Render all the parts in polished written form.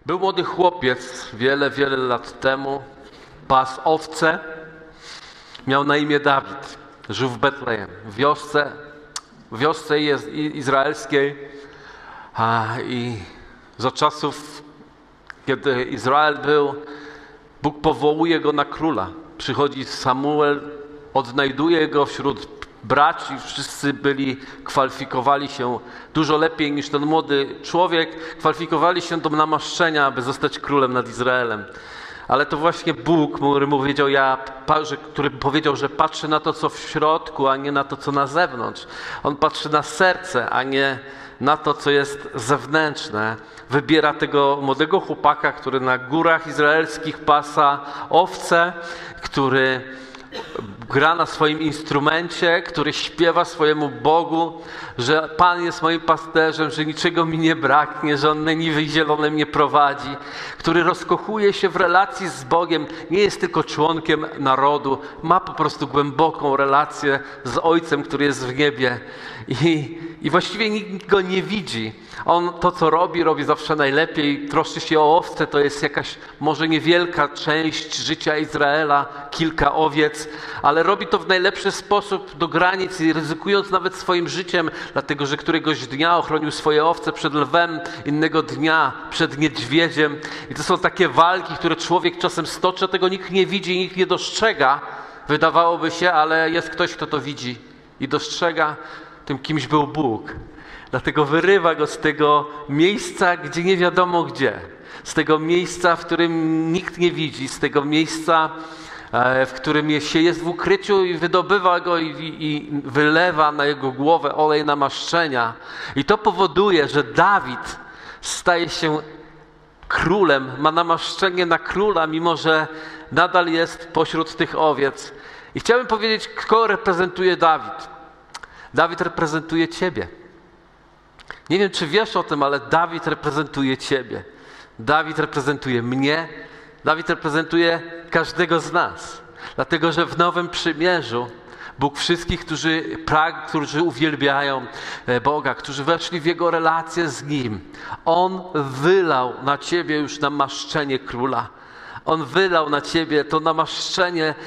Był młody chłopiec wiele, wiele lat temu, pasł owce, miał na imię Dawid, żył w Betlejem, w wiosce izraelskiej i za czasów, kiedy Izrael był, Bóg powołuje go na króla. Przychodzi Samuel, odnajduje go wśród braci, wszyscy kwalifikowali się dużo lepiej niż ten młody człowiek, kwalifikowali się do namaszczenia, aby zostać królem nad Izraelem. Ale to właśnie Bóg, który powiedział, że patrzy na to, co w środku, a nie na to, co na zewnątrz. On patrzy na serce, a nie na to, co jest zewnętrzne. Wybiera tego młodego chłopaka, który na górach izraelskich pasa owce, który gra na swoim instrumencie, który śpiewa swojemu Bogu, że Pan jest moim pasterzem, że niczego mi nie braknie, że On leniwy i zielony mnie prowadzi, który rozkochuje się w relacji z Bogiem, nie jest tylko członkiem narodu, ma po prostu głęboką relację z Ojcem, który jest w niebie i właściwie nikt go nie widzi. On to, co robi zawsze najlepiej, troszczy się o owce, to jest jakaś może niewielka część życia Izraela, kilka owiec, ale robi to w najlepszy sposób do granic i ryzykując nawet swoim życiem, dlatego że któregoś dnia ochronił swoje owce przed lwem, innego dnia przed niedźwiedziem. I to są takie walki, które człowiek czasem stoczy, tego nikt nie widzi, nikt nie dostrzega, wydawałoby się, ale jest ktoś, kto to widzi i dostrzega. Tym kimś był Bóg. Dlatego wyrywa go z tego miejsca, gdzie nie wiadomo gdzie. Z tego miejsca, w którym nikt nie widzi. Z tego miejsca, w którym się jest w ukryciu i wydobywa go i wylewa na jego głowę olej namaszczenia. I to powoduje, że Dawid staje się królem, ma namaszczenie na króla, mimo że nadal jest pośród tych owiec. I chciałbym powiedzieć, kogo reprezentuje Dawid. Dawid reprezentuje Ciebie. Nie wiem, czy wiesz o tym, ale Dawid reprezentuje Ciebie. Dawid reprezentuje mnie. Dawid reprezentuje każdego z nas. Dlatego, że w Nowym Przymierzu Bóg wszystkich, którzy uwielbiają Boga, którzy weszli w Jego relację z Nim, On wylał na Ciebie już namaszczenie króla. On wylał na Ciebie to namaszczenie,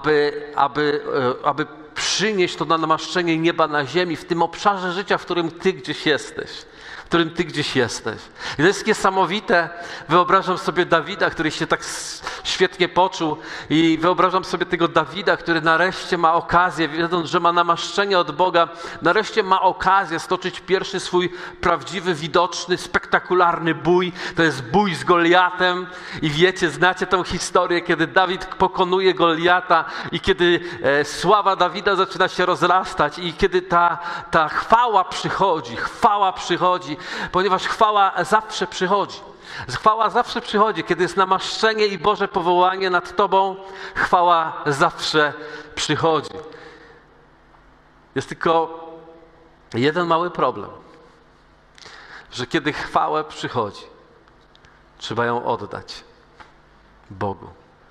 aby przynieść to namaszczenie nieba na ziemi w tym obszarze życia, w którym Ty gdzieś jesteś. I to jest niesamowite. Wyobrażam sobie Dawida, który się tak świetnie poczuł i wyobrażam sobie tego Dawida, który nareszcie ma okazję, wiedząc, że ma namaszczenie od Boga, nareszcie ma okazję stoczyć pierwszy swój prawdziwy, widoczny, spektakularny bój. To jest bój z Goliatem i wiecie, znacie tę historię, kiedy Dawid pokonuje Goliata i kiedy sława Dawida zaczyna się rozrastać i kiedy ta chwała przychodzi, ponieważ chwała zawsze przychodzi. Chwała zawsze przychodzi, kiedy jest namaszczenie i Boże powołanie nad Tobą, chwała zawsze przychodzi. Jest tylko jeden mały problem, że kiedy chwała przychodzi, trzeba ją oddać Bogu.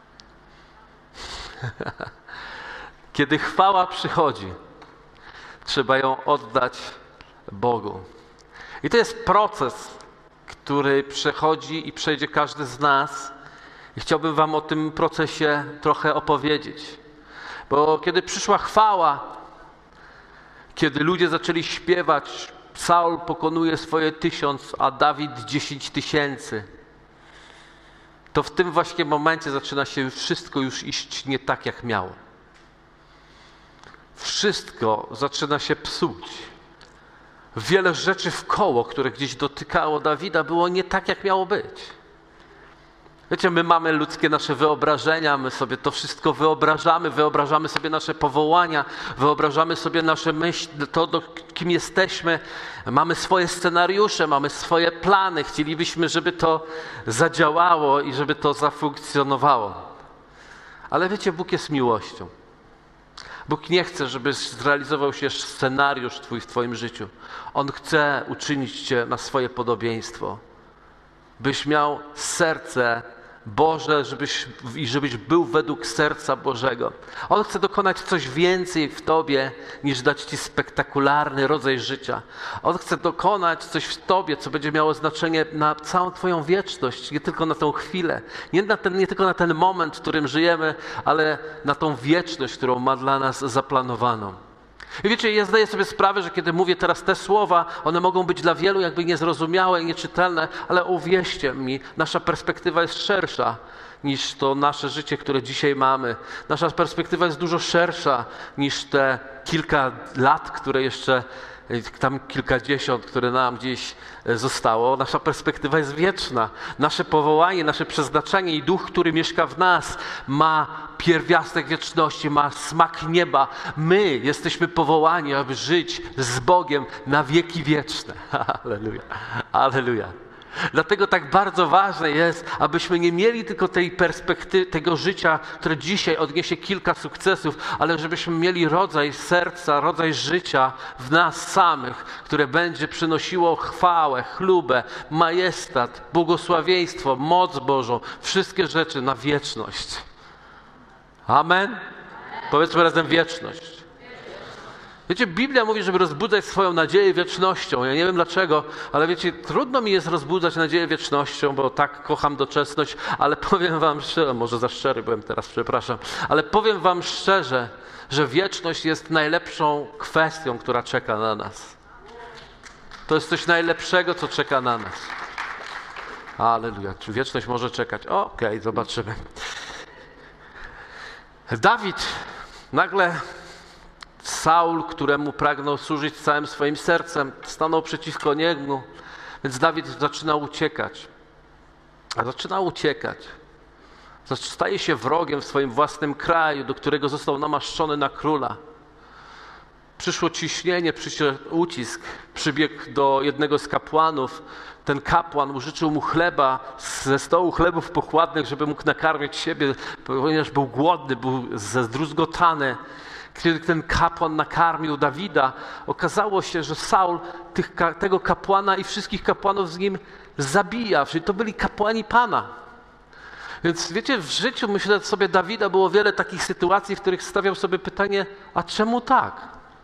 Kiedy chwała przychodzi, trzeba ją oddać Bogu. I to jest proces, który przechodzi i przejdzie każdy z nas. I chciałbym Wam o tym procesie trochę opowiedzieć. Bo kiedy przyszła chwała, kiedy ludzie zaczęli śpiewać, Saul pokonuje swoje 1000, a Dawid 10 000, to w tym właśnie momencie zaczyna się wszystko już iść nie tak, jak miało. Wszystko zaczyna się psuć. Wiele rzeczy wkoło, które gdzieś dotykało Dawida, było nie tak, jak miało być. Wiecie, my mamy ludzkie nasze wyobrażenia, my sobie to wszystko wyobrażamy sobie nasze powołania, wyobrażamy sobie nasze myśli, kim jesteśmy. Mamy swoje scenariusze, mamy swoje plany. Chcielibyśmy, żeby to zadziałało i żeby to zafunkcjonowało. Ale wiecie, Bóg jest miłością. Bóg nie chce, żeby zrealizował się scenariusz w Twoim życiu. On chce uczynić Cię na swoje podobieństwo. Byś miał serce Boże, żebyś był według serca Bożego. On chce dokonać coś więcej w Tobie, niż dać Ci spektakularny rodzaj życia. On chce dokonać coś w Tobie, co będzie miało znaczenie na całą Twoją wieczność, nie tylko na tą chwilę, nie tylko na ten moment, w którym żyjemy, ale na tą wieczność, którą ma dla nas zaplanowaną. I wiecie, ja zdaję sobie sprawę, że kiedy mówię teraz te słowa, one mogą być dla wielu jakby niezrozumiałe i nieczytelne, ale uwierzcie mi, nasza perspektywa jest szersza niż to nasze życie, które dzisiaj mamy. Nasza perspektywa jest dużo szersza niż te kilka lat, które jeszcze, tam kilkadziesiąt, które nam gdzieś zostało. Nasza perspektywa jest wieczna. Nasze powołanie, nasze przeznaczenie i Duch, który mieszka w nas, ma pierwiastek wieczności, ma smak nieba. My jesteśmy powołani, aby żyć z Bogiem na wieki wieczne. Alleluja. Alleluja. Dlatego tak bardzo ważne jest, abyśmy nie mieli tylko tej perspektywy, tego życia, które dzisiaj odniesie kilka sukcesów, ale żebyśmy mieli rodzaj serca, rodzaj życia w nas samych, które będzie przynosiło chwałę, chlubę, majestat, błogosławieństwo, moc Bożą, wszystkie rzeczy na wieczność. Amen? Powiedzmy razem wieczność. Wiecie, Biblia mówi, żeby rozbudzać swoją nadzieję wiecznością. Ja nie wiem dlaczego, ale wiecie, trudno mi jest rozbudzać nadzieję wiecznością, bo tak kocham doczesność, ale powiem wam szczerze, może za szczery byłem teraz, przepraszam, ale powiem wam szczerze, że wieczność jest najlepszą kwestią, która czeka na nas. To jest coś najlepszego, co czeka na nas. Alleluja. Czy wieczność może czekać? Okej, zobaczymy. Dawid nagle... Saul, któremu pragnął służyć całym swoim sercem, stanął przeciwko niemu, więc Dawid zaczyna uciekać. Staje się wrogiem w swoim własnym kraju, do którego został namaszczony na króla. Przyszło ciśnienie, przyszedł ucisk, przybiegł do jednego z kapłanów. Ten kapłan użyczył mu chleba ze stołu chlebów pokładnych, żeby mógł nakarmić siebie, ponieważ był głodny, był zdruzgotany. Kiedy ten kapłan nakarmił Dawida, okazało się, że Saul tego kapłana i wszystkich kapłanów z nim zabija. Czyli to byli kapłani Pana. Więc wiecie, w życiu, myślę sobie, Dawida było wiele takich sytuacji, w których stawiał sobie pytanie, a czemu tak?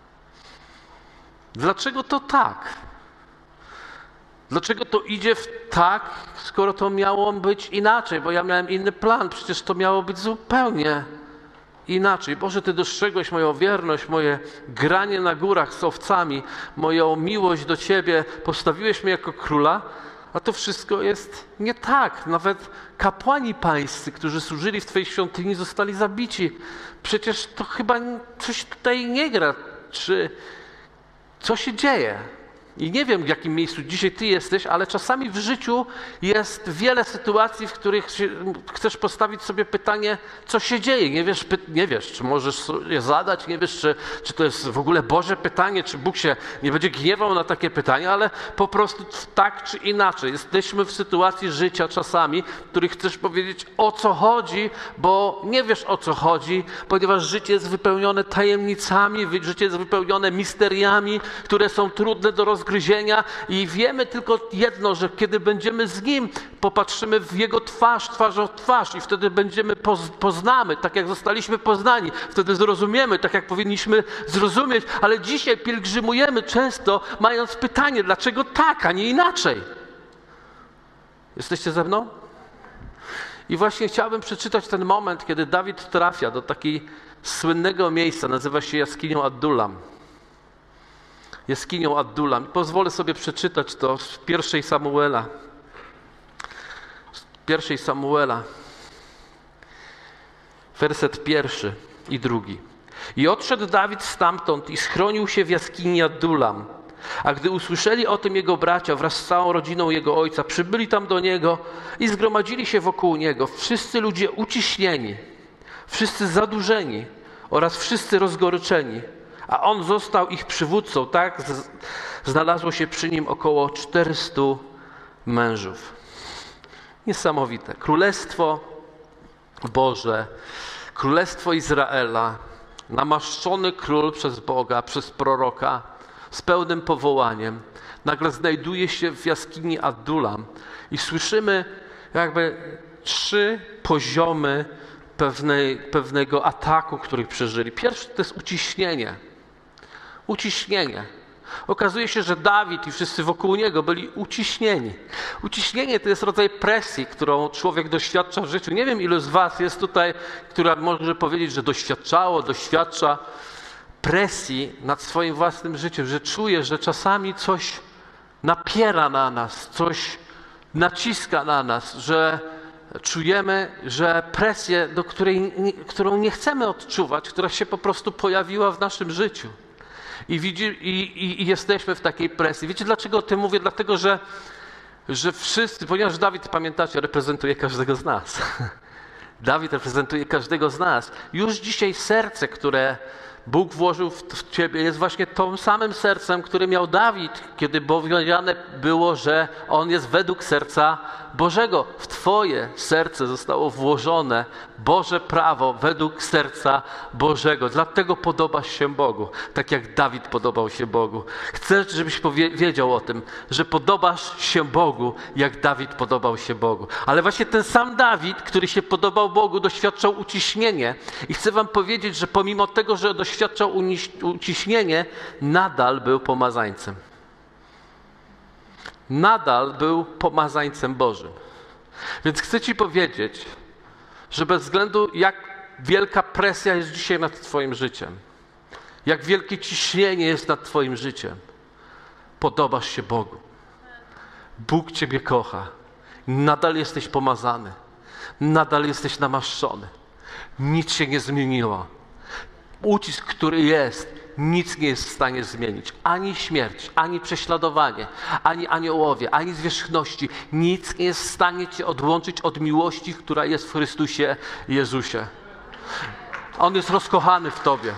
Dlaczego to tak? Dlaczego to idzie w tak, skoro to miało być inaczej? Bo ja miałem inny plan, przecież to miało być zupełnie inaczej. Boże, Ty dostrzegłeś moją wierność, moje granie na górach z owcami, moją miłość do Ciebie, postawiłeś mnie jako króla, a to wszystko jest nie tak. Nawet kapłani pańscy, którzy służyli w Twojej świątyni, zostali zabici. Przecież to chyba coś tutaj nie gra. Co się dzieje? I nie wiem, w jakim miejscu dzisiaj Ty jesteś, ale czasami w życiu jest wiele sytuacji, w których chcesz postawić sobie pytanie, co się dzieje. Nie wiesz, czy możesz je zadać, nie wiesz, czy to jest w ogóle Boże pytanie, czy Bóg się nie będzie gniewał na takie pytania, ale po prostu tak czy inaczej. Jesteśmy w sytuacji życia czasami, w których chcesz powiedzieć, o co chodzi, bo nie wiesz, o co chodzi, ponieważ życie jest wypełnione tajemnicami, życie jest wypełnione misteriami, które są trudne do rozgryzienia i wiemy tylko jedno, że kiedy będziemy z Nim, popatrzymy w Jego twarz, twarzą w twarz i wtedy poznamy, tak jak zostaliśmy poznani, wtedy zrozumiemy, tak jak powinniśmy zrozumieć, ale dzisiaj pielgrzymujemy często, mając pytanie, dlaczego tak, a nie inaczej. Jesteście ze mną? I właśnie chciałbym przeczytać ten moment, kiedy Dawid trafia do takiego słynnego miejsca, nazywa się jaskinią Adullam. Jaskinią Adullam. Pozwolę sobie przeczytać to z 1 Samuela. Z 1 Samuela. Werset 1 i 2. I odszedł Dawid stamtąd i schronił się w jaskini Adullam. A gdy usłyszeli o tym jego bracia wraz z całą rodziną jego ojca, przybyli tam do niego i zgromadzili się wokół niego. Wszyscy ludzie uciśnieni, wszyscy zadłużeni oraz wszyscy rozgoryczeni. A on został ich przywódcą, tak? Znalazło się przy nim około 400 mężów. Niesamowite. Królestwo Boże, Królestwo Izraela, namaszczony król przez Boga, przez proroka, z pełnym powołaniem, nagle znajduje się w jaskini Adullam i słyszymy jakby 3 poziomy pewnego ataku, który przeżyli. Pierwszy to jest uciśnienie. Uciśnienie. Okazuje się, że Dawid i wszyscy wokół niego byli uciśnieni. Uciśnienie to jest rodzaj presji, którą człowiek doświadcza w życiu. Nie wiem, ilu z was jest tutaj, która może powiedzieć, że doświadcza presji nad swoim własnym życiem, że czuje, że czasami coś napiera na nas, coś naciska na nas, że czujemy, że presję, którą nie chcemy odczuwać, która się po prostu pojawiła w naszym życiu. I jesteśmy w takiej presji. Wiecie, dlaczego o tym mówię? Dlatego, że wszyscy, ponieważ Dawid, pamiętacie, reprezentuje każdego z nas. Dawid reprezentuje każdego z nas. Już dzisiaj serce, które Bóg włożył w ciebie, jest właśnie tym samym sercem, które miał Dawid, kiedy powiedziane było, że on jest według serca Bożego. W twoje serce zostało włożone Boże prawo według serca Bożego. Dlatego podobasz się Bogu, tak jak Dawid podobał się Bogu. Chcę, żebyś wiedział o tym, że podobasz się Bogu, jak Dawid podobał się Bogu. Ale właśnie ten sam Dawid, który się podobał Bogu, doświadczał uciśnienie. I chcę wam powiedzieć, że pomimo tego, że doświadczał uciśnienie, nadal był pomazańcem. Nadal był pomazańcem Bożym. Więc chcę ci powiedzieć, że bez względu jak wielka presja jest dzisiaj nad twoim życiem, jak wielkie ciśnienie jest nad twoim życiem, podobasz się Bogu. Bóg ciebie kocha. Nadal jesteś pomazany. Nadal jesteś namaszczony. Nic się nie zmieniło. Ucisk, który jest, nic nie jest w stanie zmienić. Ani śmierć, ani prześladowanie, ani aniołowie, ani zwierzchności. Nic nie jest w stanie cię odłączyć od miłości, która jest w Chrystusie Jezusie. On jest rozkochany w tobie.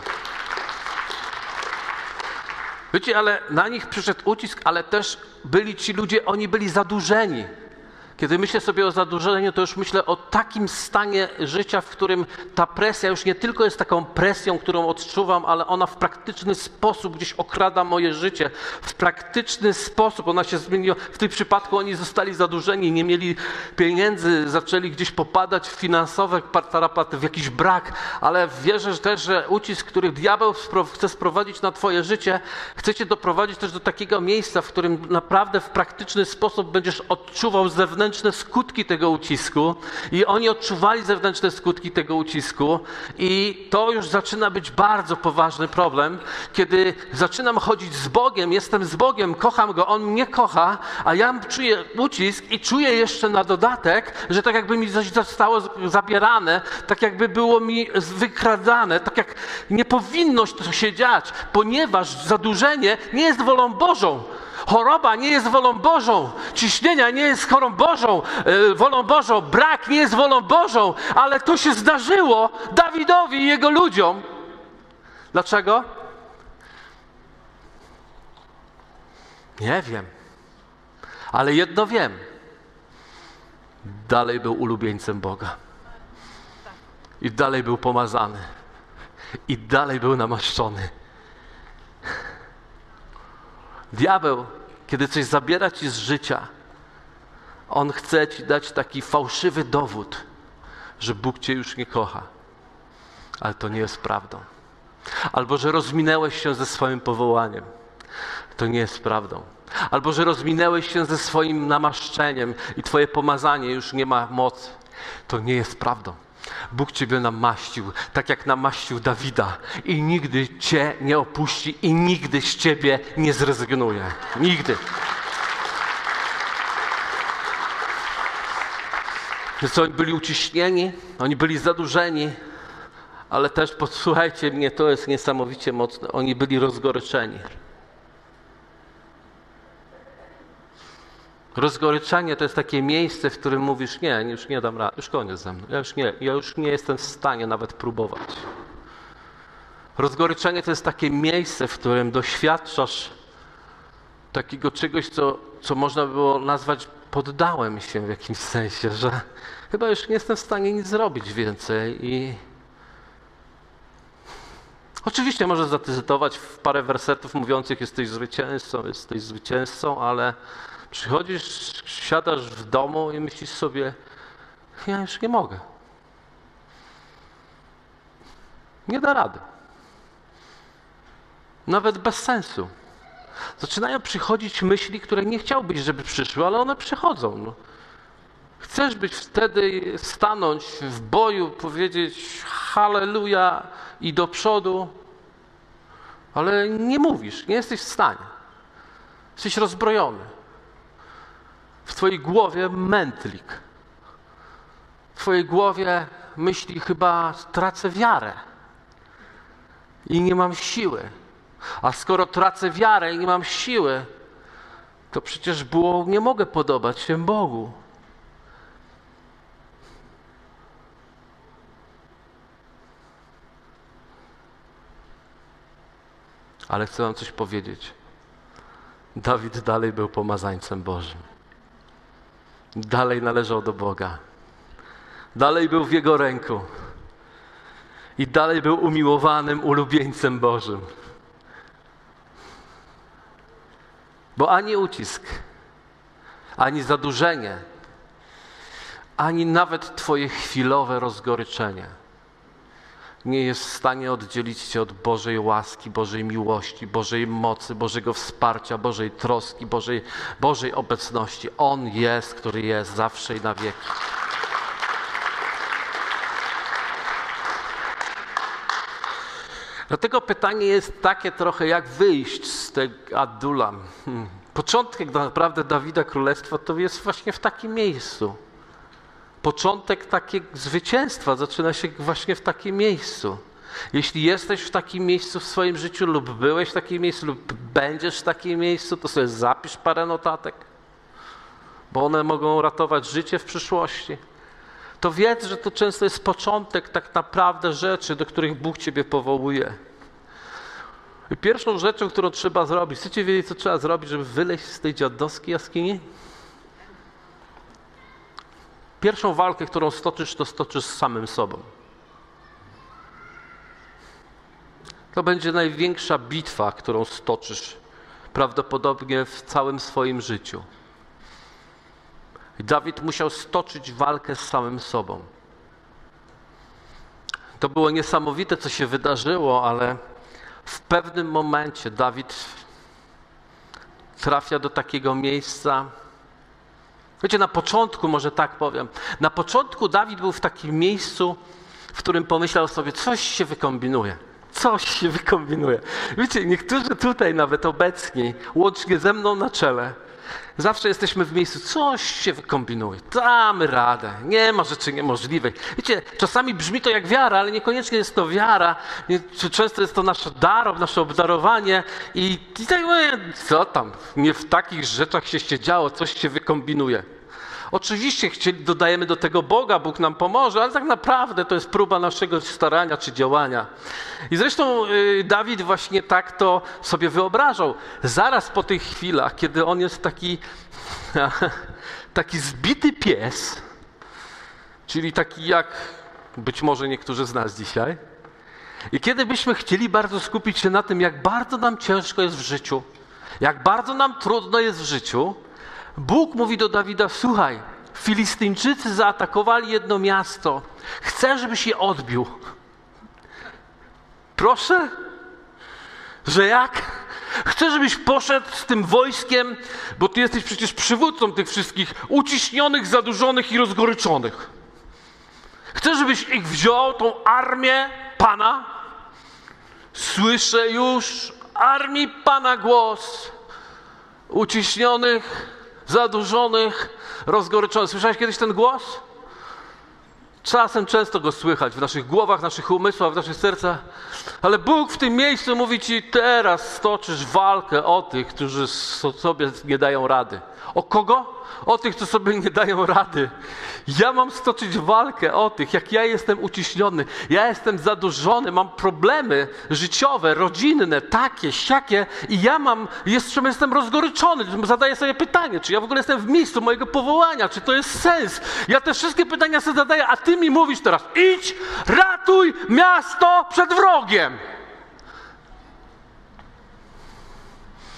Wiecie, ale na nich przyszedł ucisk, ale też byli ci ludzie, oni byli zadłużeni. Kiedy myślę sobie o zadłużeniu, to już myślę o takim stanie życia, w którym ta presja już nie tylko jest taką presją, którą odczuwam, ale ona w praktyczny sposób gdzieś okrada moje życie. W praktyczny sposób ona się zmieniła. W tym przypadku oni zostali zadłużeni, nie mieli pieniędzy, zaczęli gdzieś popadać w finansowe tarapaty, w jakiś brak, ale wierzę też, że ucisk, który diabeł chce sprowadzić na twoje życie, chce cię doprowadzić też do takiego miejsca, w którym naprawdę w praktyczny sposób będziesz odczuwał zewnętrzne skutki tego ucisku i oni odczuwali zewnętrzne skutki tego ucisku i to już zaczyna być bardzo poważny problem, kiedy zaczynam chodzić z Bogiem, jestem z Bogiem, kocham Go, On mnie kocha, a ja czuję ucisk i czuję jeszcze na dodatek, że tak jakby mi coś zostało zabierane, tak jakby było mi wykradane, tak jak nie powinno to się dziać, ponieważ zadłużenie nie jest wolą Bożą. Choroba nie jest wolą Bożą, ciśnienia nie jest wolą Bożą, brak nie jest wolą Bożą, ale to się zdarzyło Dawidowi i jego ludziom. Dlaczego? Nie wiem, ale jedno wiem. Dalej był ulubieńcem Boga. I dalej był pomazany. I dalej był namaszczony. Diabeł, kiedy coś zabiera ci z życia, on chce ci dać taki fałszywy dowód, że Bóg cię już nie kocha. Ale to nie jest prawdą. Albo, że rozminęłeś się ze swoim powołaniem. To nie jest prawdą. Albo, że rozminęłeś się ze swoim namaszczeniem i twoje pomazanie już nie ma mocy. To nie jest prawdą. Bóg ciebie namaścił, tak jak namaścił Dawida i nigdy cię nie opuści i nigdy z ciebie nie zrezygnuje. Nigdy. Więc oni byli uciśnieni, oni byli zadłużeni, ale też, posłuchajcie mnie, to jest niesamowicie mocne, oni byli rozgoryczeni. Rozgoryczenie to jest takie miejsce, w którym mówisz, nie, już nie dam rady, już koniec ze mną, ja już nie jestem w stanie nawet próbować. Rozgoryczenie to jest takie miejsce, w którym doświadczasz takiego czegoś, co można by było nazwać, poddałem się w jakimś sensie, że chyba już nie jestem w stanie nic zrobić więcej i oczywiście możesz zacytować w parę wersetów mówiących jesteś zwycięzcą, ale przychodzisz, siadasz w domu i myślisz sobie, Ja już nie mogę. Nie da rady. Nawet bez sensu. Zaczynają przychodzić myśli, które nie chciałbyś, żeby przyszły, ale one przychodzą. No. Chcesz być wtedy, stanąć w boju, powiedzieć halleluja i do przodu, ale nie mówisz, nie jesteś w stanie. Jesteś rozbrojony. W twojej głowie mętlik. W twojej głowie myśli, chyba tracę wiarę i nie mam siły. A skoro tracę wiarę i nie mam siły, to przecież nie mogę podobać się Bogu. Ale chcę wam coś powiedzieć. Dawid dalej był pomazańcem Bożym. Dalej należał do Boga. Dalej był w Jego ręku. I dalej był umiłowanym ulubieńcem Bożym. Bo ani ucisk, ani zadłużenie, ani nawet twoje chwilowe rozgoryczenie nie jest w stanie oddzielić cię od Bożej łaski, Bożej miłości, Bożej mocy, Bożego wsparcia, Bożej troski, Bożej obecności. On jest, który jest zawsze i na wieki. Dlatego pytanie jest takie trochę, jak wyjść z tego Adulam. Początek naprawdę Dawida Królestwa to jest właśnie w takim miejscu. Początek takiego zwycięstwa zaczyna się właśnie w takim miejscu. Jeśli jesteś w takim miejscu w swoim życiu lub byłeś w takim miejscu lub będziesz w takim miejscu, to sobie zapisz parę notatek, bo one mogą ratować życie w przyszłości. To wiedz, że to często jest początek tak naprawdę rzeczy, do których Bóg ciebie powołuje. I pierwszą rzeczą, którą trzeba zrobić, chcecie wiedzieć, co trzeba zrobić, żeby wyleźć z tej dziadowskiej jaskini? Pierwszą walkę, którą stoczysz, to stoczysz z samym sobą. To będzie największa bitwa, którą stoczysz prawdopodobnie w całym swoim życiu. I Dawid musiał stoczyć walkę z samym sobą. To było niesamowite, co się wydarzyło, ale w pewnym momencie Dawid trafia do takiego miejsca. Wiecie, na początku, może tak powiem, na początku Dawid był w takim miejscu, w którym pomyślał sobie, coś się wykombinuje. Coś się wykombinuje. Wiecie, niektórzy tutaj nawet obecni, łącznie ze mną na czele, zawsze jesteśmy w miejscu, coś się wykombinuje, damy radę, nie ma rzeczy niemożliwych. Wiecie, czasami brzmi to jak wiara, ale niekoniecznie jest to wiara, często jest to nasz dar, nasze obdarowanie i tak mówię, co tam, nie w takich rzeczach się działo, coś się wykombinuje. Oczywiście dodajemy do tego Boga, Bóg nam pomoże, ale tak naprawdę to jest próba naszego starania czy działania. I zresztą Dawid właśnie tak to sobie wyobrażał. Zaraz po tych chwilach, kiedy on jest taki zbity pies, czyli taki jak być może niektórzy z nas dzisiaj, i kiedy byśmy chcieli bardzo skupić się na tym, jak bardzo nam ciężko jest w życiu, jak bardzo nam trudno jest w życiu, Bóg mówi do Dawida, słuchaj, Filistyńczycy zaatakowali jedno miasto. Chcę, żebyś je odbił. Proszę? Że jak? Chcę, żebyś poszedł z tym wojskiem, bo ty jesteś przecież przywódcą tych wszystkich uciśnionych, zadłużonych i rozgoryczonych. Chcę, żebyś ich wziął, tą armię Pana. Słyszę już armii Pana głos. Uciśnionych, zadłużonych, rozgoryczonych. Słyszałeś kiedyś ten głos? Czasem często go słychać w naszych głowach, naszych umysłach, w naszych sercach. Ale Bóg w tym miejscu mówi ci, teraz stoczysz walkę o tych, którzy sobie nie dają rady. O kogo? O tych, co sobie nie dają rady. Ja mam stoczyć walkę o tych, jak ja jestem uciśniony, ja jestem zadłużony, mam problemy życiowe, rodzinne, takie, siakie i ja jestem rozgoryczony. Zadaję sobie pytanie, czy ja w ogóle jestem w miejscu mojego powołania, czy to jest sens. Ja te wszystkie pytania sobie zadaję, a ty mi mówisz teraz, idź, ratuj miasto przed wrogiem.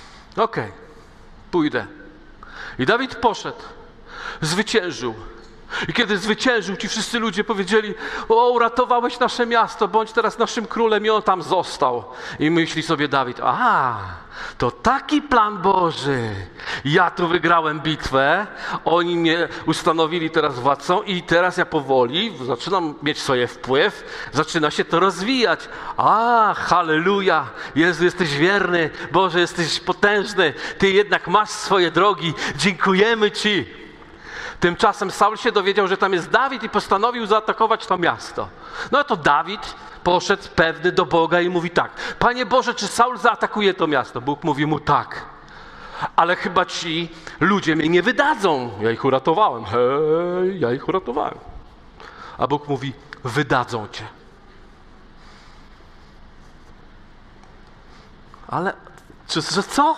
Okej, pójdę. I Dawid poszedł, zwyciężył. I kiedy zwyciężył, ci wszyscy ludzie powiedzieli: o, uratowałeś nasze miasto, bądź teraz naszym królem, i on tam został. I myśli sobie Dawid: a, to taki plan Boży. Ja tu wygrałem bitwę, oni mnie ustanowili teraz władcą i teraz ja powoli zaczynam mieć swoje wpływ, zaczyna się to rozwijać. A, halleluja, Jezu, jesteś wierny, Boże, jesteś potężny, Ty jednak masz swoje drogi, dziękujemy Ci. Tymczasem Saul się dowiedział, że tam jest Dawid i postanowił zaatakować to miasto. No to Dawid poszedł pewny do Boga i mówi tak: Panie Boże, czy Saul zaatakuje to miasto? Bóg mówi mu: tak, ale chyba ci ludzie mnie nie wydadzą. Ja ich uratowałem. Hej, ja ich uratowałem. A Bóg mówi: wydadzą cię. Ale, że co?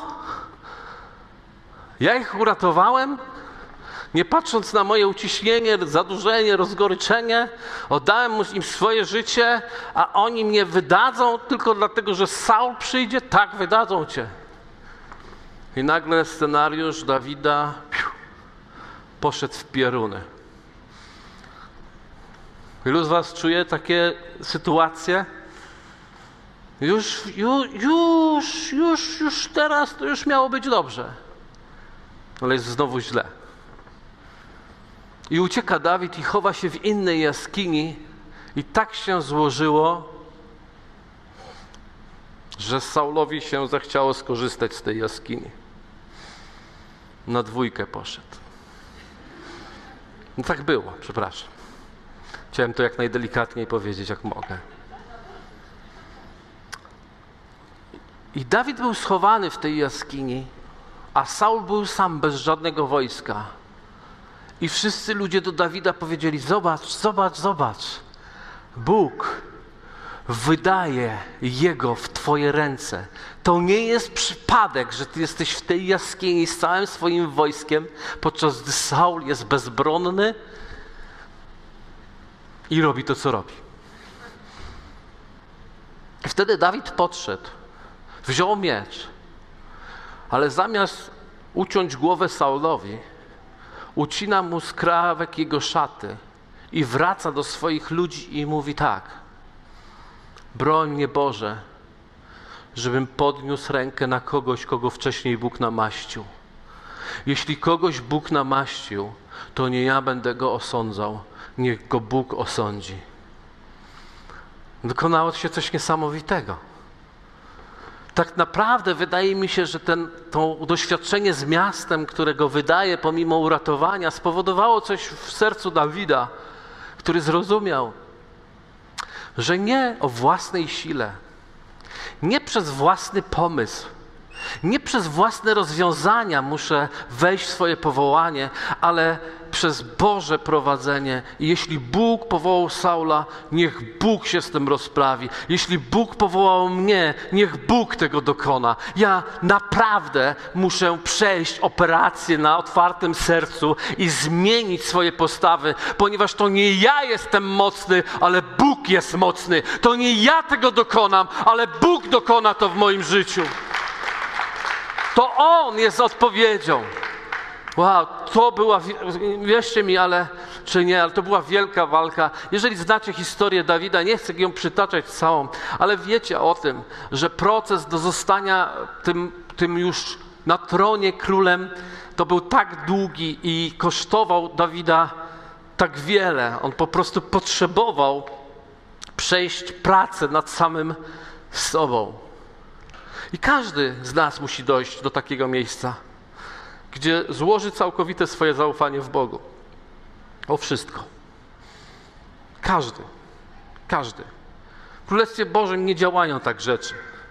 Ja ich uratowałem? Nie patrząc na moje uciśnienie, zadłużenie, rozgoryczenie, oddałem im swoje życie, a oni mnie wydadzą tylko dlatego, że Saul przyjdzie? Tak, wydadzą cię. I nagle scenariusz Dawida poszedł w pioruny. Ilu z was czuje takie sytuacje? Już teraz to już miało być dobrze. Ale jest znowu źle. I ucieka Dawid i chowa się w innej jaskini. I tak się złożyło, że Saulowi się zachciało skorzystać z tej jaskini. Na dwójkę poszedł. No tak było, przepraszam. Chciałem to jak najdelikatniej powiedzieć, jak mogę. I Dawid był schowany w tej jaskini, a Saul był sam, bez żadnego wojska. I wszyscy ludzie do Dawida powiedzieli: zobacz, zobacz, zobacz. Bóg wydaje jego w twoje ręce. To nie jest przypadek, że ty jesteś w tej jaskini z całym swoim wojskiem, podczas gdy Saul jest bezbronny i robi to, co robi. I wtedy Dawid podszedł, wziął miecz, ale zamiast uciąć głowę Saulowi, ucina mu skrawek jego szaty i wraca do swoich ludzi i mówi tak: broń mnie, Boże, żebym podniósł rękę na kogoś, kogo wcześniej Bóg namaścił. Jeśli kogoś Bóg namaścił, to nie ja będę go osądzał, niech go Bóg osądzi. Dokonało się coś niesamowitego. Tak naprawdę wydaje mi się, że to doświadczenie z miastem, którego wydaje pomimo uratowania, spowodowało coś w sercu Dawida, który zrozumiał, że nie o własnej sile, nie przez własny pomysł, nie przez własne rozwiązania muszę wejść w swoje powołanie, ale przez Boże prowadzenie. I jeśli Bóg powołał Saula, niech Bóg się z tym rozprawi. Jeśli Bóg powołał mnie, niech Bóg tego dokona. Ja naprawdę muszę przejść operację na otwartym sercu i zmienić swoje postawy, ponieważ to nie ja jestem mocny, ale Bóg jest mocny. To nie ja tego dokonam, ale Bóg dokona to w moim życiu. To On jest odpowiedzią. Wow, to była, wierzcie mi, czy nie, ale to była wielka walka. Jeżeli znacie historię Dawida, nie chcę ją przytaczać całą, ale wiecie o tym, że proces do zostania tym już na tronie królem, to był tak długi i kosztował Dawida tak wiele. On po prostu potrzebował przejść pracę nad samym sobą. I każdy z nas musi dojść do takiego miejsca, gdzie złoży całkowite swoje zaufanie w Bogu. O wszystko. Każdy. W Królestwie Bożym nie działają tak rzeczy.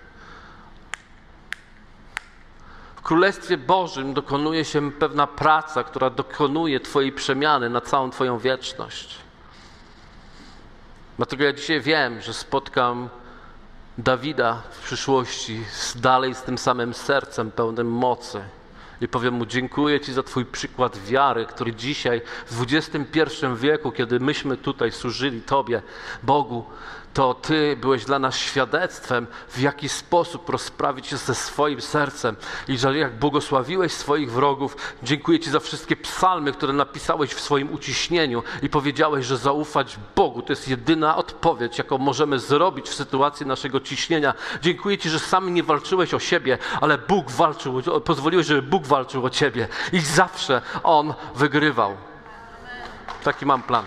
W Królestwie Bożym dokonuje się pewna praca, która dokonuje twojej przemiany na całą twoją wieczność. Dlatego ja dzisiaj wiem, że spotkam Dawida w przyszłości dalej z tym samym sercem pełnym mocy. I powiem mu: dziękuję Ci za Twój przykład wiary, który dzisiaj w XXI wieku, kiedy myśmy tutaj służyli Tobie, Bogu, to Ty byłeś dla nas świadectwem, w jaki sposób rozprawić się ze swoim sercem i że jak błogosławiłeś swoich wrogów. Dziękuję Ci za wszystkie psalmy, które napisałeś w swoim uciśnieniu i powiedziałeś, że zaufać Bogu to jest jedyna odpowiedź, jaką możemy zrobić w sytuacji naszego ciśnienia. Dziękuję Ci, że sam nie walczyłeś o siebie, ale Bóg walczył, pozwoliłeś, żeby Bóg walczył o Ciebie i zawsze On wygrywał. Taki mam plan.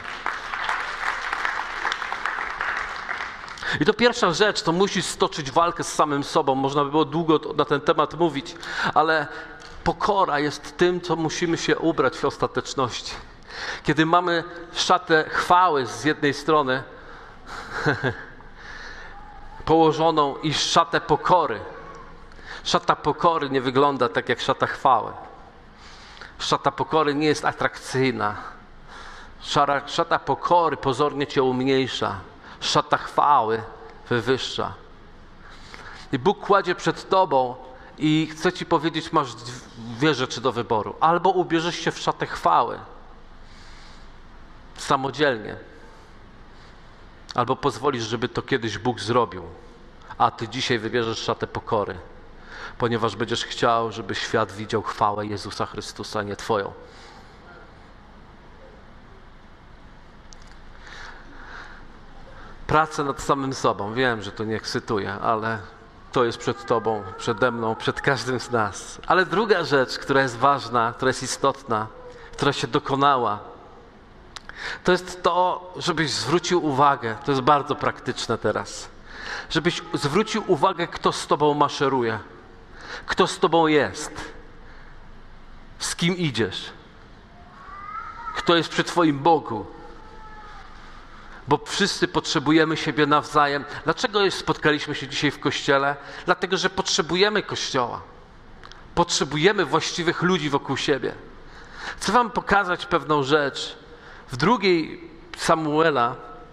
I to pierwsza rzecz, to musisz stoczyć walkę z samym sobą. Można by było długo na ten temat mówić, ale pokora jest tym, co musimy się ubrać w ostateczności. Kiedy mamy szatę chwały z jednej strony położoną i szatę pokory. Szata pokory nie wygląda tak jak szata chwały. Szata pokory nie jest atrakcyjna. Szata pokory pozornie cię umniejsza. Szata chwały wywyższa. I Bóg kładzie przed tobą i chce ci powiedzieć, masz dwie rzeczy do wyboru. Albo ubierzesz się w szatę chwały samodzielnie, albo pozwolisz, żeby to kiedyś Bóg zrobił, a ty dzisiaj wybierzesz szatę pokory, ponieważ będziesz chciał, żeby świat widział chwałę Jezusa Chrystusa, nie twoją. Praca nad samym sobą. Wiem, że to nie ekscytuje, ale to jest przed tobą, przede mną, przed każdym z nas. Ale druga rzecz, która jest ważna, która jest istotna, która się dokonała, to jest to, żebyś zwrócił uwagę, to jest bardzo praktyczne teraz, żebyś zwrócił uwagę, kto z tobą maszeruje, kto z tobą jest, z kim idziesz, kto jest przy twoim boku. Bo wszyscy potrzebujemy siebie nawzajem. Dlaczego spotkaliśmy się dzisiaj w Kościele? Dlatego, że potrzebujemy Kościoła. Potrzebujemy właściwych ludzi wokół siebie. Chcę wam pokazać pewną rzecz. W 2 Samuela,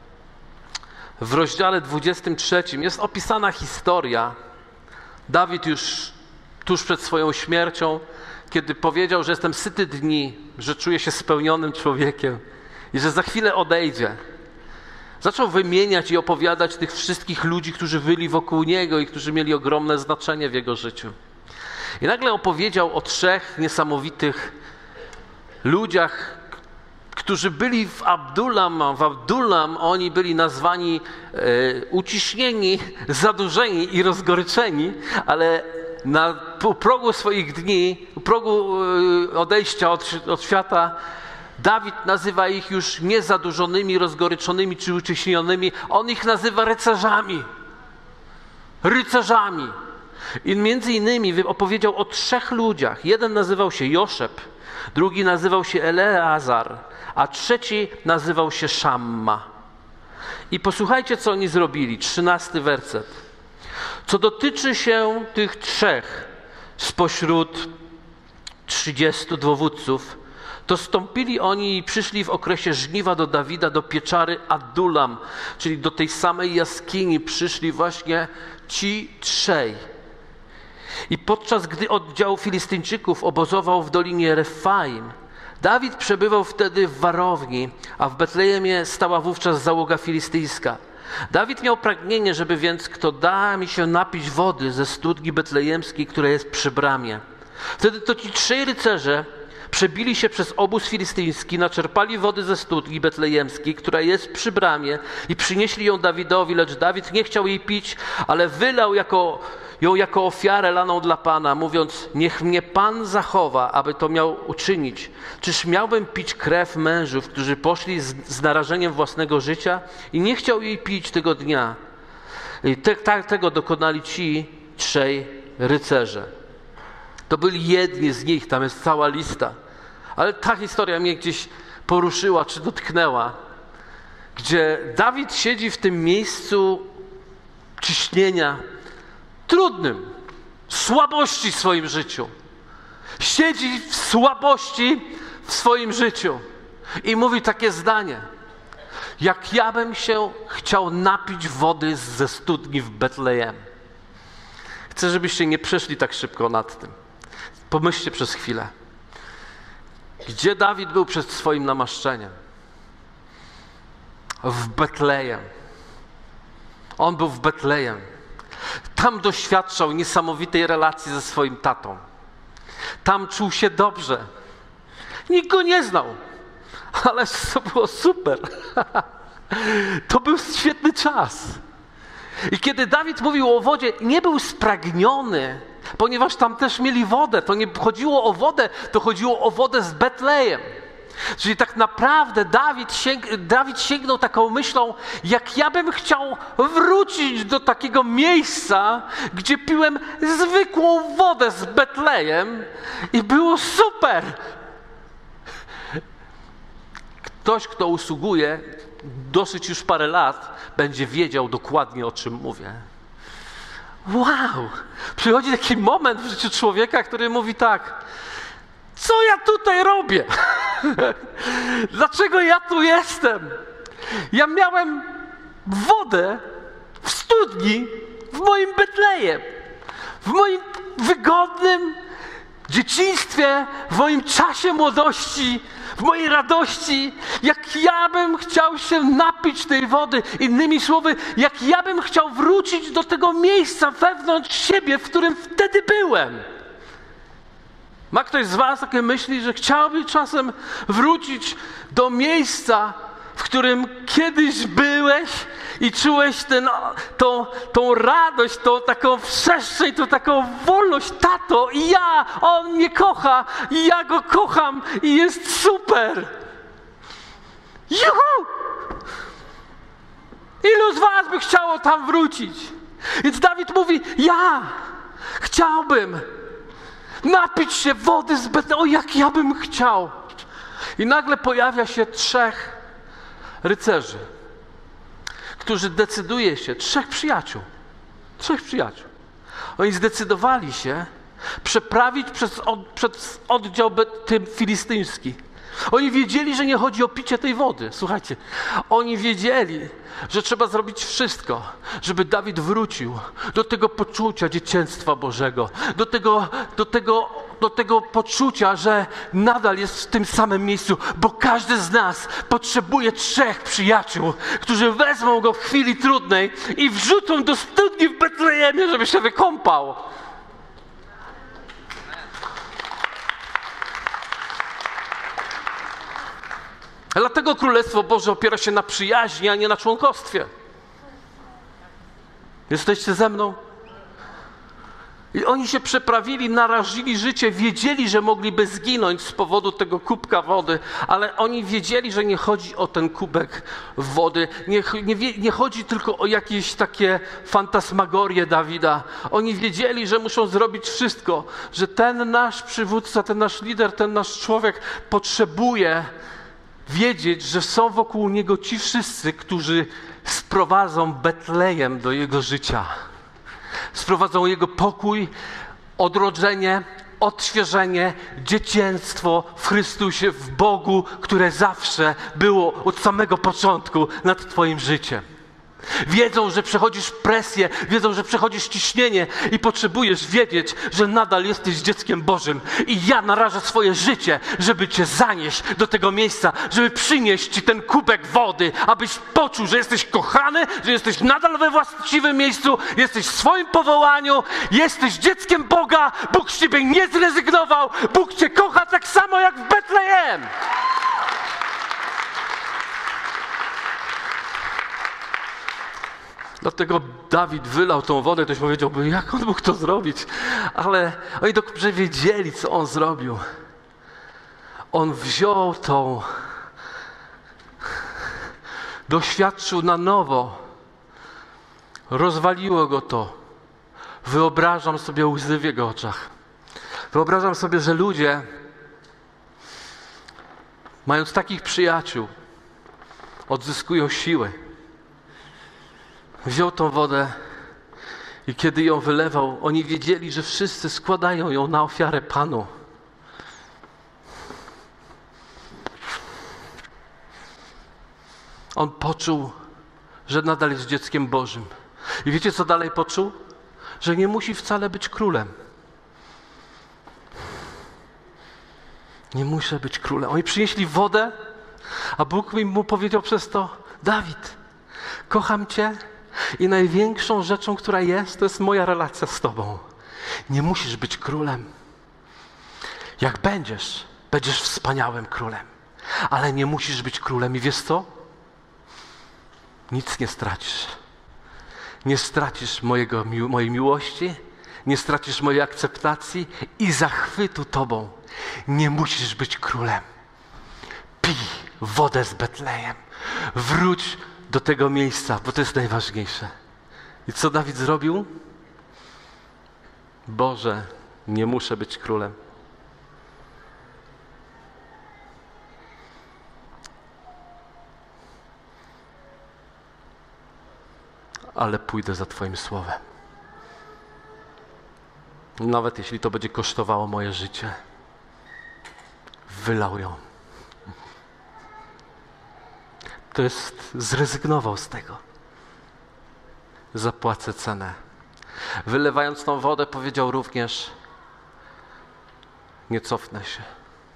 w rozdziale 23 jest opisana historia. Dawid już tuż przed swoją śmiercią, kiedy powiedział, że jestem syty dni, że czuję się spełnionym człowiekiem i że za chwilę odejdzie. Zaczął wymieniać i opowiadać tych wszystkich ludzi, którzy byli wokół niego i którzy mieli ogromne znaczenie w jego życiu. I nagle opowiedział o 3 niesamowitych ludziach, którzy byli w Adullam. W Adullam oni byli nazwani uciśnieni, zadłużeni i rozgoryczeni, ale u progu swoich dni, u progu odejścia od świata, Dawid nazywa ich już nie zadłużonymi, rozgoryczonymi czy uciśnionymi. On ich nazywa rycerzami. Rycerzami. I między innymi opowiedział o 3 ludziach. Jeden nazywał się Joszeb, drugi nazywał się Eleazar, a trzeci nazywał się Szamma. I posłuchajcie, co oni zrobili. 13 werset. Co dotyczy się tych 3 spośród 30 dowódców, to stąpili oni i przyszli w okresie żniwa do Dawida, do pieczary Adullam, czyli do tej samej jaskini przyszli właśnie ci 3. I podczas gdy oddział Filistyńczyków obozował w dolinie Refaim, Dawid przebywał wtedy w warowni, a w Betlejemie stała wówczas załoga filistyjska. Dawid miał pragnienie, żeby więc kto da mi się napić wody ze studni betlejemskiej, która jest przy bramie. Wtedy to ci 3 rycerze przebili się przez obóz filistyński, naczerpali wody ze studni betlejemskiej, która jest przy bramie i przynieśli ją Dawidowi, lecz Dawid nie chciał jej pić, ale wylał ją jako ofiarę laną dla Pana, mówiąc, niech mnie Pan zachowa, aby to miał uczynić. Czyż miałbym pić krew mężów, którzy poszli z narażeniem własnego życia? I nie chciał jej pić tego dnia. I tego dokonali ci 3 rycerze. To byli jedni z nich, tam jest cała lista. Ale ta historia mnie gdzieś poruszyła, czy dotknęła, gdzie Dawid siedzi w tym miejscu ciśnienia, trudnym, słabości w swoim życiu. Siedzi w słabości w swoim życiu i mówi takie zdanie. Jak ja bym się chciał napić wody ze studni w Betlejem. Chcę, żebyście nie przeszli tak szybko nad tym. Pomyślcie przez chwilę. Gdzie Dawid był przed swoim namaszczeniem? W Betlejem. On był w Betlejem. Tam doświadczał niesamowitej relacji ze swoim tatą. Tam czuł się dobrze. Nikt go nie znał, ale to było super. To był świetny czas. I kiedy Dawid mówił o wodzie, nie był spragniony, ponieważ tam też mieli wodę. To nie chodziło o wodę, to chodziło o wodę z Betlejem. Czyli tak naprawdę Dawid sięgnął taką myślą, jak ja bym chciał wrócić do takiego miejsca, gdzie piłem zwykłą wodę z Betlejem i było super. Ktoś, kto usługuje dosyć już parę lat, będzie wiedział dokładnie, o czym mówię. Wow! Przychodzi taki moment w życiu człowieka, który mówi tak: co ja tutaj robię? Dlaczego ja tu jestem? Ja miałem wodę w studni w moim Betlejem, w moim wygodnym dzieciństwie, w moim czasie młodości, w mojej radości, jak ja bym chciał się napić tej wody. Innymi słowy, jak ja bym chciał wrócić do tego miejsca wewnątrz siebie, w którym wtedy byłem. Ma ktoś z was takie myśli, że chciałby czasem wrócić do miejsca, w którym kiedyś byłeś i czułeś tą radość, tą taką przestrzeń, tą taką wolność? Tato, on mnie kocha i ja go kocham i jest super. Juhu! Ilu z was by chciało tam wrócić? Więc Dawid mówi: ja chciałbym napić się wody z Betlejem. O, jak ja bym chciał. I nagle pojawia się 3 rycerzy, którzy decyduje się, 3 przyjaciół. Oni zdecydowali się przeprawić przez oddział tym filistyński. Oni wiedzieli, że nie chodzi o picie tej wody. Słuchajcie, oni wiedzieli, że trzeba zrobić wszystko, żeby Dawid wrócił do tego poczucia dzieciństwa Bożego, do tego poczucia, że nadal jest w tym samym miejscu, bo każdy z nas potrzebuje 3 przyjaciół, którzy wezmą go w chwili trudnej i wrzucą do studni w Betlejemie, żeby się wykąpał. Dlatego Królestwo Boże opiera się na przyjaźni, a nie na członkostwie. Jesteście ze mną? I oni się przeprawili, narażili życie, wiedzieli, że mogliby zginąć z powodu tego kubka wody, ale oni wiedzieli, że nie chodzi o ten kubek wody, nie chodzi tylko o jakieś takie fantasmagorie Dawida. Oni wiedzieli, że muszą zrobić wszystko, że ten nasz przywódca, ten nasz lider, ten nasz człowiek potrzebuje wiedzieć, że są wokół niego ci wszyscy, którzy sprowadzą Betlejem do jego życia. Sprowadzą jego pokój, odrodzenie, odświeżenie, dzieciństwo w Chrystusie, w Bogu, które zawsze było od samego początku nad twoim życiem. Wiedzą, że przechodzisz presję, wiedzą, że przechodzisz ciśnienie i potrzebujesz wiedzieć, że nadal jesteś dzieckiem Bożym. I ja narażę swoje życie, żeby cię zanieść do tego miejsca, żeby przynieść ci ten kubek wody, abyś poczuł, że jesteś kochany, że jesteś nadal we właściwym miejscu, jesteś w swoim powołaniu, jesteś dzieckiem Boga, Bóg z ciebie nie zrezygnował, Bóg cię kocha tak samo jak w Betlejem. Dlatego Dawid wylał tą wodę, ktoś powiedziałby, jak on mógł to zrobić? Ale oni dobrze wiedzieli, co on zrobił. On wziął doświadczył na nowo. Rozwaliło go to. Wyobrażam sobie łzy w jego oczach. Wyobrażam sobie, że ludzie, mając takich przyjaciół, odzyskują siły. Wziął tą wodę i kiedy ją wylewał, oni wiedzieli, że wszyscy składają ją na ofiarę Panu. On poczuł, że nadal jest dzieckiem Bożym. I wiecie, co dalej poczuł? Że nie musi wcale być królem. Nie muszę być królem. Oni przynieśli wodę, a Bóg mu powiedział przez to: Dawid, kocham cię, I największą rzeczą, która jest, to jest moja relacja z Tobą. Nie musisz być królem. Jak będziesz wspaniałym królem. Ale nie musisz być królem. I wiesz co? Nic nie stracisz. Nie stracisz mojej miłości, nie stracisz mojej akceptacji i zachwytu Tobą. Nie musisz być królem. Pij wodę z Betlejem. Wróć do tego miejsca, bo to jest najważniejsze. I co Dawid zrobił? Boże, nie muszę być królem. Ale pójdę za Twoim słowem. Nawet jeśli to będzie kosztowało moje życie. Wylał ją. To jest, zrezygnował z tego. Zapłacę cenę. Wylewając tą wodę, powiedział również: nie cofnę się.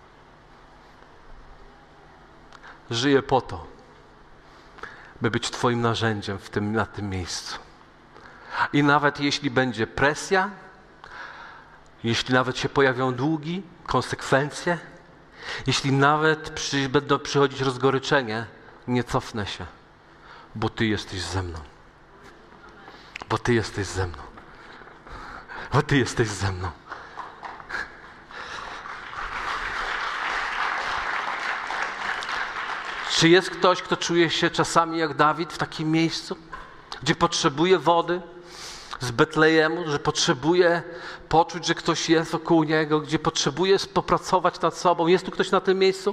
Żyję po to, by być Twoim narzędziem na tym miejscu. I nawet jeśli będzie presja, jeśli nawet się pojawią długi, konsekwencje, jeśli nawet będą przychodzić rozgoryczenie, nie cofnę się, bo Ty jesteś ze mną. Bo Ty jesteś ze mną. Bo Ty jesteś ze mną. Czy jest ktoś, kto czuje się czasami jak Dawid w takim miejscu, gdzie potrzebuje wody z Betlejemu, że potrzebuje poczuć, że ktoś jest wokół niego, gdzie potrzebuje popracować nad sobą? Jest tu ktoś na tym miejscu?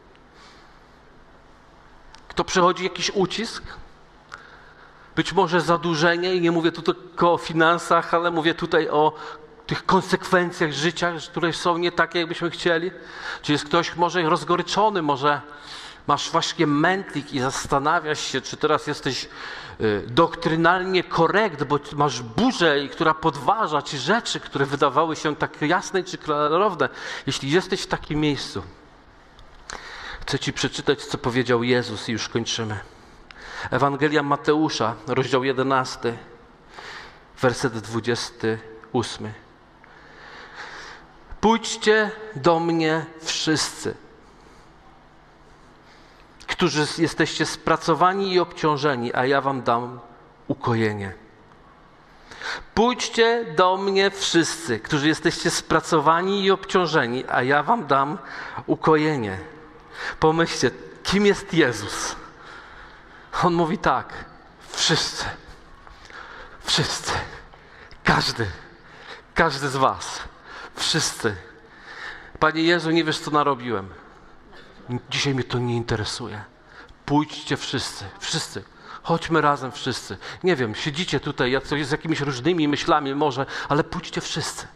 Kto przechodzi jakiś ucisk? Być może zadłużenie, i nie mówię tu tylko o finansach, ale mówię tutaj o tych konsekwencjach życia, które są nie takie, jakbyśmy chcieli. Czy jest ktoś może rozgoryczony, może masz właśnie mętlik i zastanawiasz się, czy teraz jesteś doktrynalnie korekt, bo masz burzę, która podważa ci rzeczy, które wydawały się tak jasne czy klarowne. Jeśli jesteś w takim miejscu, chcę Ci przeczytać, co powiedział Jezus i już kończymy. Ewangelia Mateusza, rozdział 11, werset 28. Pójdźcie do mnie wszyscy, którzy jesteście spracowani i obciążeni, a ja wam dam ukojenie. Pójdźcie do mnie wszyscy, którzy jesteście spracowani i obciążeni, a ja wam dam ukojenie. Pomyślcie, kim jest Jezus? On mówi tak: wszyscy, wszyscy, każdy z was, wszyscy. Panie Jezu, nie wiesz, co narobiłem. Dzisiaj mnie to nie interesuje. Pójdźcie wszyscy. Chodźmy razem wszyscy. Nie wiem, siedzicie tutaj z jakimiś różnymi myślami może, ale pójdźcie wszyscy.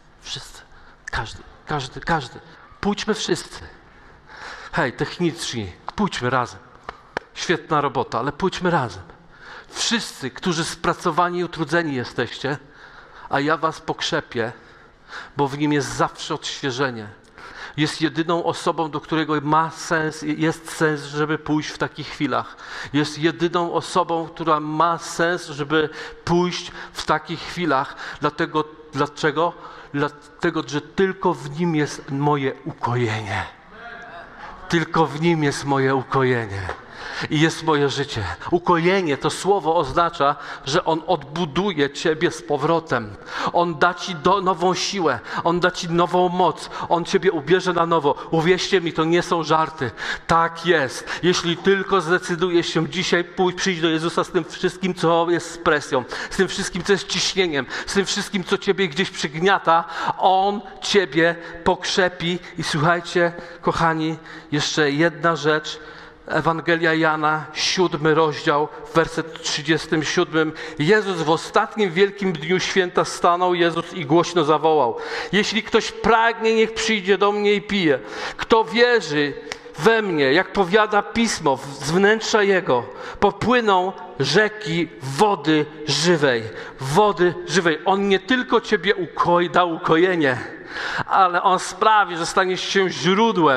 Każdy. Pójdźmy wszyscy. Hej, techniczni, pójdźmy razem. Świetna robota, ale pójdźmy razem. Wszyscy, którzy spracowani i utrudzeni jesteście, a ja was pokrzepię, bo w nim jest zawsze odświeżenie. Jest jedyną osobą, do którego jest sens, żeby pójść w takich chwilach. Jest jedyną osobą, która ma sens, żeby pójść w takich chwilach. Dlaczego? Dlatego, że tylko w nim jest moje ukojenie. Tylko w nim jest moje ukojenie. I jest moje życie. Ukojenie, to słowo oznacza, że On odbuduje Ciebie z powrotem. On da Ci nową siłę. On da Ci nową moc. On Ciebie ubierze na nowo. Uwierzcie mi, to nie są żarty. Tak jest. Jeśli tylko zdecydujesz się dzisiaj przyjść do Jezusa z tym wszystkim, co jest z presją, z tym wszystkim, co jest ciśnieniem, z tym wszystkim, co Ciebie gdzieś przygniata, On Ciebie pokrzepi. I słuchajcie, kochani, jeszcze jedna rzecz. Ewangelia Jana, 7 rozdział, werset 37. Jezus w ostatnim wielkim dniu święta stanął Jezus i głośno zawołał: jeśli ktoś pragnie, niech przyjdzie do mnie i pije. Kto wierzy we mnie, jak powiada Pismo, z wnętrza Jego popłyną rzeki wody żywej. Wody żywej. On nie tylko Ciebie da ukojenie, ale On sprawi, że staniesz się źródłem.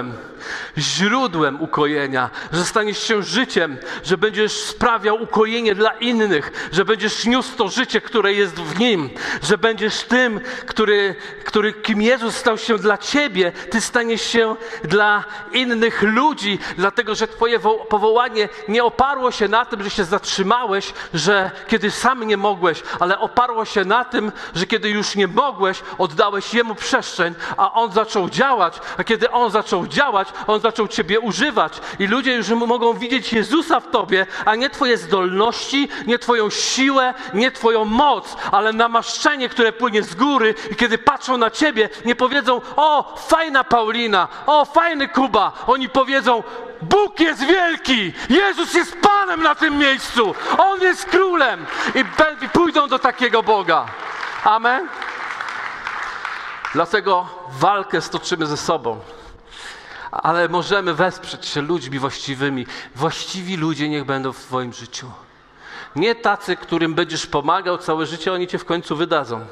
źródłem ukojenia, że staniesz się życiem, że będziesz sprawiał ukojenie dla innych, że będziesz niósł to życie, które jest w Nim, że będziesz tym, kim Jezus stał się dla ciebie, ty staniesz się dla innych ludzi, dlatego że twoje powołanie nie oparło się na tym, że się zatrzymałeś, że kiedy sam nie mogłeś, ale oparło się na tym, że kiedy już nie mogłeś, oddałeś Jemu przestrzeń, a On zaczął działać, a kiedy On zaczął działać, On zaczął ciebie używać i ludzie już mogą widzieć Jezusa w tobie, a nie twoje zdolności, nie twoją siłę, nie twoją moc, ale namaszczenie, które płynie z góry i kiedy patrzą na ciebie, nie powiedzą: o, fajna Paulina, o, fajny Kuba. Oni powiedzą: Bóg jest wielki, Jezus jest Panem na tym miejscu, On jest Królem i pójdą do takiego Boga. Amen? Dlatego walkę stoczymy ze sobą, ale możemy wesprzeć się ludźmi właściwymi. Właściwi ludzie niech będą w twoim życiu. Nie tacy, którym będziesz pomagał całe życie, oni cię w końcu wydadzą.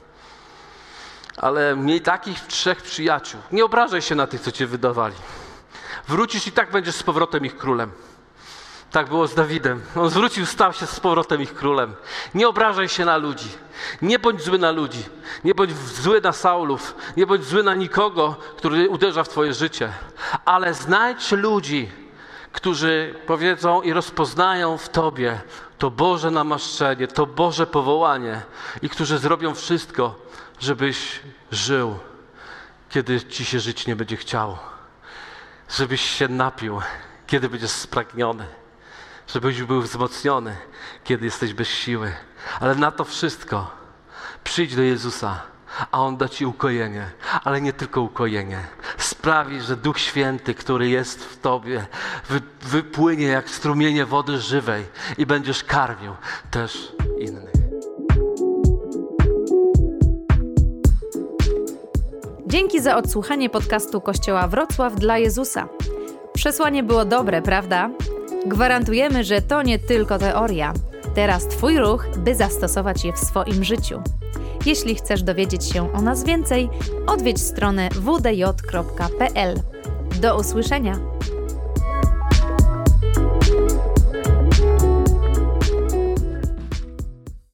Ale miej takich 3 przyjaciół. Nie obrażaj się na tych, co cię wydawali. Wrócisz i tak będziesz z powrotem ich królem. Tak było z Dawidem. On wrócił, stał się z powrotem ich królem. Nie obrażaj się na ludzi. Nie bądź zły na ludzi. Nie bądź zły na Saulów. Nie bądź zły na nikogo, który uderza w twoje życie. Ale znajdź ludzi, którzy powiedzą i rozpoznają w tobie to Boże namaszczenie, to Boże powołanie i którzy zrobią wszystko, żebyś żył, kiedy ci się żyć nie będzie chciało. Żebyś się napił, kiedy będziesz spragniony. Żebyś był wzmocniony, kiedy jesteś bez siły. Ale na to wszystko przyjdź do Jezusa, a On da ci ukojenie. Ale nie tylko ukojenie. Sprawi, że Duch Święty, który jest w tobie, wypłynie jak strumienie wody żywej i będziesz karmił też innych. Dzięki za odsłuchanie podcastu Kościoła Wrocław dla Jezusa. Przesłanie było dobre, prawda? Gwarantujemy, że to nie tylko teoria. Teraz twój ruch, by zastosować je w swoim życiu. Jeśli chcesz dowiedzieć się o nas więcej, odwiedź stronę wdj.pl. Do usłyszenia!